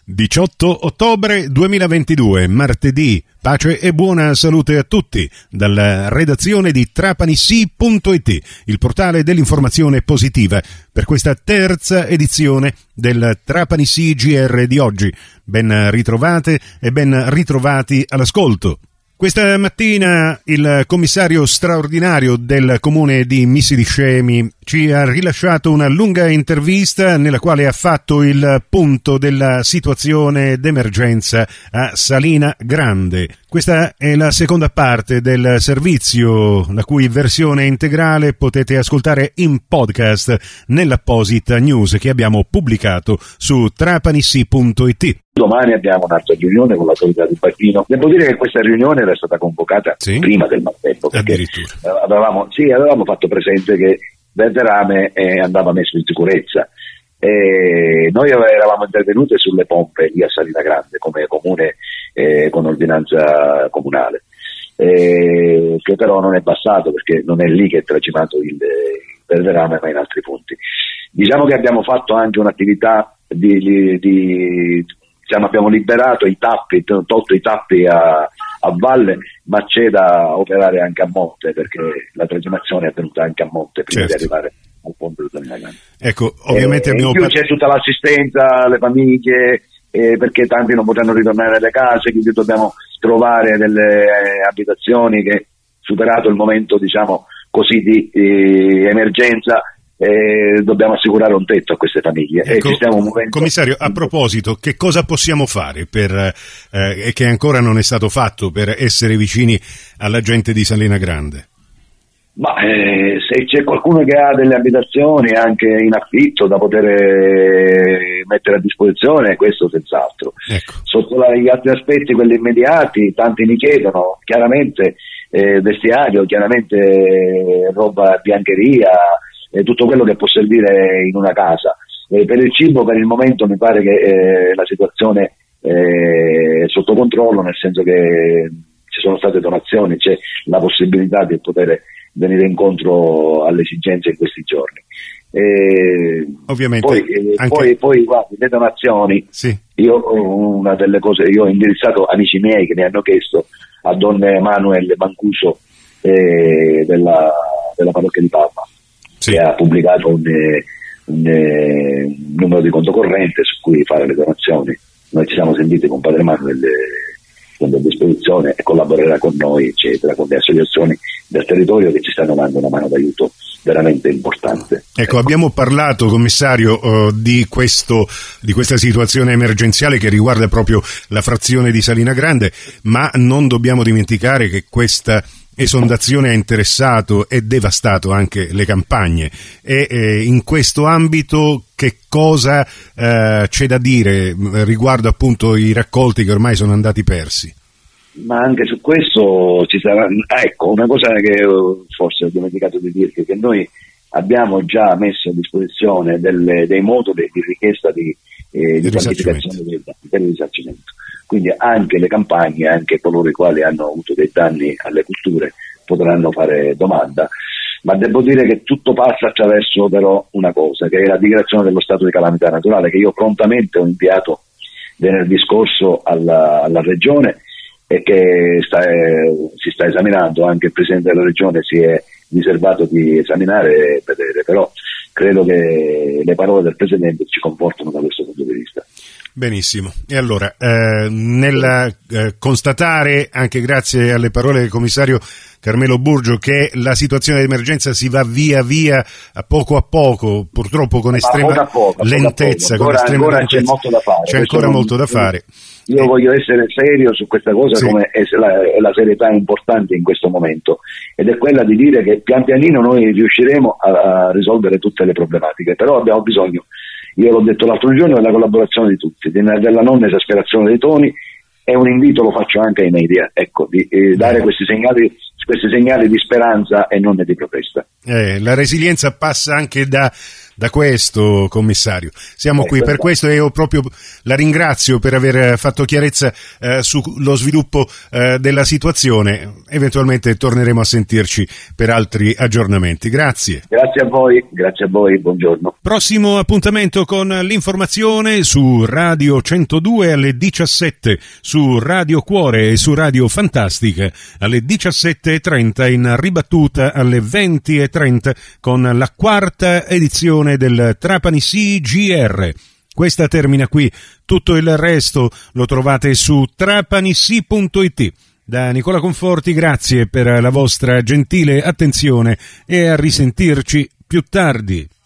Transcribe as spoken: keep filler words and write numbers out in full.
diciotto ottobre duemilaventidue, martedì. Pace e buona salute a tutti dalla redazione di Trapanissi punto it, il portale dell'informazione positiva, per questa terza edizione del Trapanissi G R di oggi. Ben ritrovate e ben ritrovati all'ascolto. Questa mattina il commissario straordinario del comune di Missi-di-Scemi ci ha rilasciato una lunga intervista nella quale ha fatto il punto della situazione d'emergenza a Salina Grande. Questa è la seconda parte del servizio, la cui versione integrale potete ascoltare in podcast nell'apposita news che abbiamo pubblicato su Trapanissi punto it. Domani abbiamo un'altra riunione con l'autorità di Pachino. Devo dire che questa riunione era stata convocata sì? prima del maltempo, perché avevamo, sì, avevamo fatto presente che Verderame eh, andava messo in sicurezza. E noi eravamo intervenuti sulle pompe lì a Salina Grande come comune eh, con ordinanza comunale, eh, che però non è bastato, perché non è lì che è tracimato il, il Verderame, ma in altri punti. Diciamo che abbiamo fatto anche un'attività di, di, di diciamo, abbiamo liberato i tappi, tolto i tappi a, a valle, ma c'è da operare anche a monte, perché la tracimazione è avvenuta anche a monte prima certo. di arrivare al ponte del Salina Grande. Ecco, ovviamente eh, abbiamo in più c'è tutta l'assistenza alle famiglie, eh, perché tanti non potranno ritornare nelle case, quindi dobbiamo trovare delle eh, abitazioni che, superato il momento diciamo così di eh, emergenza, eh, dobbiamo assicurare un tetto a queste famiglie. Ecco, e ci stiamo muovendo. Commissario, a proposito, che cosa possiamo fare per eh, e che ancora non è stato fatto per essere vicini alla gente di Salina Grande? Ma eh, se c'è qualcuno che ha delle abitazioni anche in affitto da poter eh, mettere a disposizione, questo senz'altro. Ecco. Sotto la, gli altri aspetti, quelli immediati, tanti mi chiedono chiaramente eh, vestiario, chiaramente eh, roba, biancheria, eh, tutto quello che può servire in una casa. Eh, per il cibo per il momento mi pare che eh, la situazione eh, è sotto controllo, nel senso che ci sono state donazioni, c'è la possibilità di poter venire incontro alle esigenze in questi giorni. E ovviamente poi, eh, anche... poi, poi guardi, le donazioni, sì. Io una delle cose, io ho indirizzato amici miei che mi hanno chiesto a Don Emanuele Mancuso eh, della, della parrocchia di Parma, sì. che ha pubblicato un, un, un numero di conto corrente su cui fare le donazioni. Noi ci siamo sentiti con Padre Emanuele a disposizione e collaborerà con noi, eccetera, con le associazioni del territorio che ci stanno dando una mano d'aiuto veramente importante. Ecco, ecco. Abbiamo parlato, commissario, uh, di questo di questa situazione emergenziale che riguarda proprio la frazione di Salina Grande, ma non dobbiamo dimenticare che questa esondazione ha interessato e devastato anche le campagne, e eh, in questo ambito che cosa eh, c'è da dire riguardo appunto i raccolti che ormai sono andati persi? Ma anche su questo ci sarà, ecco, una cosa che forse ho dimenticato di dirti, che noi abbiamo già messo a disposizione delle, dei moduli di richiesta di, eh, di quantificazione del, per il risarcimento. Quindi anche le campagne, anche coloro i quali hanno avuto dei danni alle culture potranno fare domanda, ma devo dire che tutto passa attraverso però una cosa, che è la dichiarazione dello stato di calamità naturale, che io prontamente ho inviato venerdì scorso alla, alla Regione e che sta, eh, si sta esaminando. Anche il Presidente della Regione si è riservato di esaminare e vedere, però credo che le parole del Presidente ci confortano da questo punto di vista. Benissimo, e allora eh, nel eh, constatare, anche grazie alle parole del commissario Carmelo Burgio, che la situazione di emergenza si va via via, a poco a poco, purtroppo con estrema poco, lentezza, ancora, con estrema ancora lentezza. C'è molto da fare. C'è ancora non, molto da fare. Io eh. voglio essere serio su questa cosa, sì. come è la, è la serietà importante in questo momento, ed è quella di dire che pian pianino noi riusciremo a, a risolvere tutte le problematiche, però abbiamo bisogno, io l'ho detto l'altro giorno, della collaborazione di tutti, della non esasperazione dei toni, e un invito lo faccio anche ai media, ecco, di eh, dare questi segnali, questi segnali di speranza e non di protesta. Eh, la resilienza passa anche da, da questo, commissario. Siamo eh, qui per questo, e io proprio la ringrazio per aver fatto chiarezza eh, sullo sviluppo eh, della situazione. Eventualmente torneremo a sentirci per altri aggiornamenti. Grazie. Grazie a voi, grazie a voi, buongiorno. Prossimo appuntamento con l'informazione su Radio centodue alle diciassette, su Radio Cuore e su Radio Fantastica alle diciassette e trenta, in ribattuta alle venti e trenta con la quarta edizione del Trapani Sea G R. Questa termina qui, tutto il resto lo trovate su trapanisea punto it. Da Nicola Conforti grazie per la vostra gentile attenzione e a risentirci più tardi.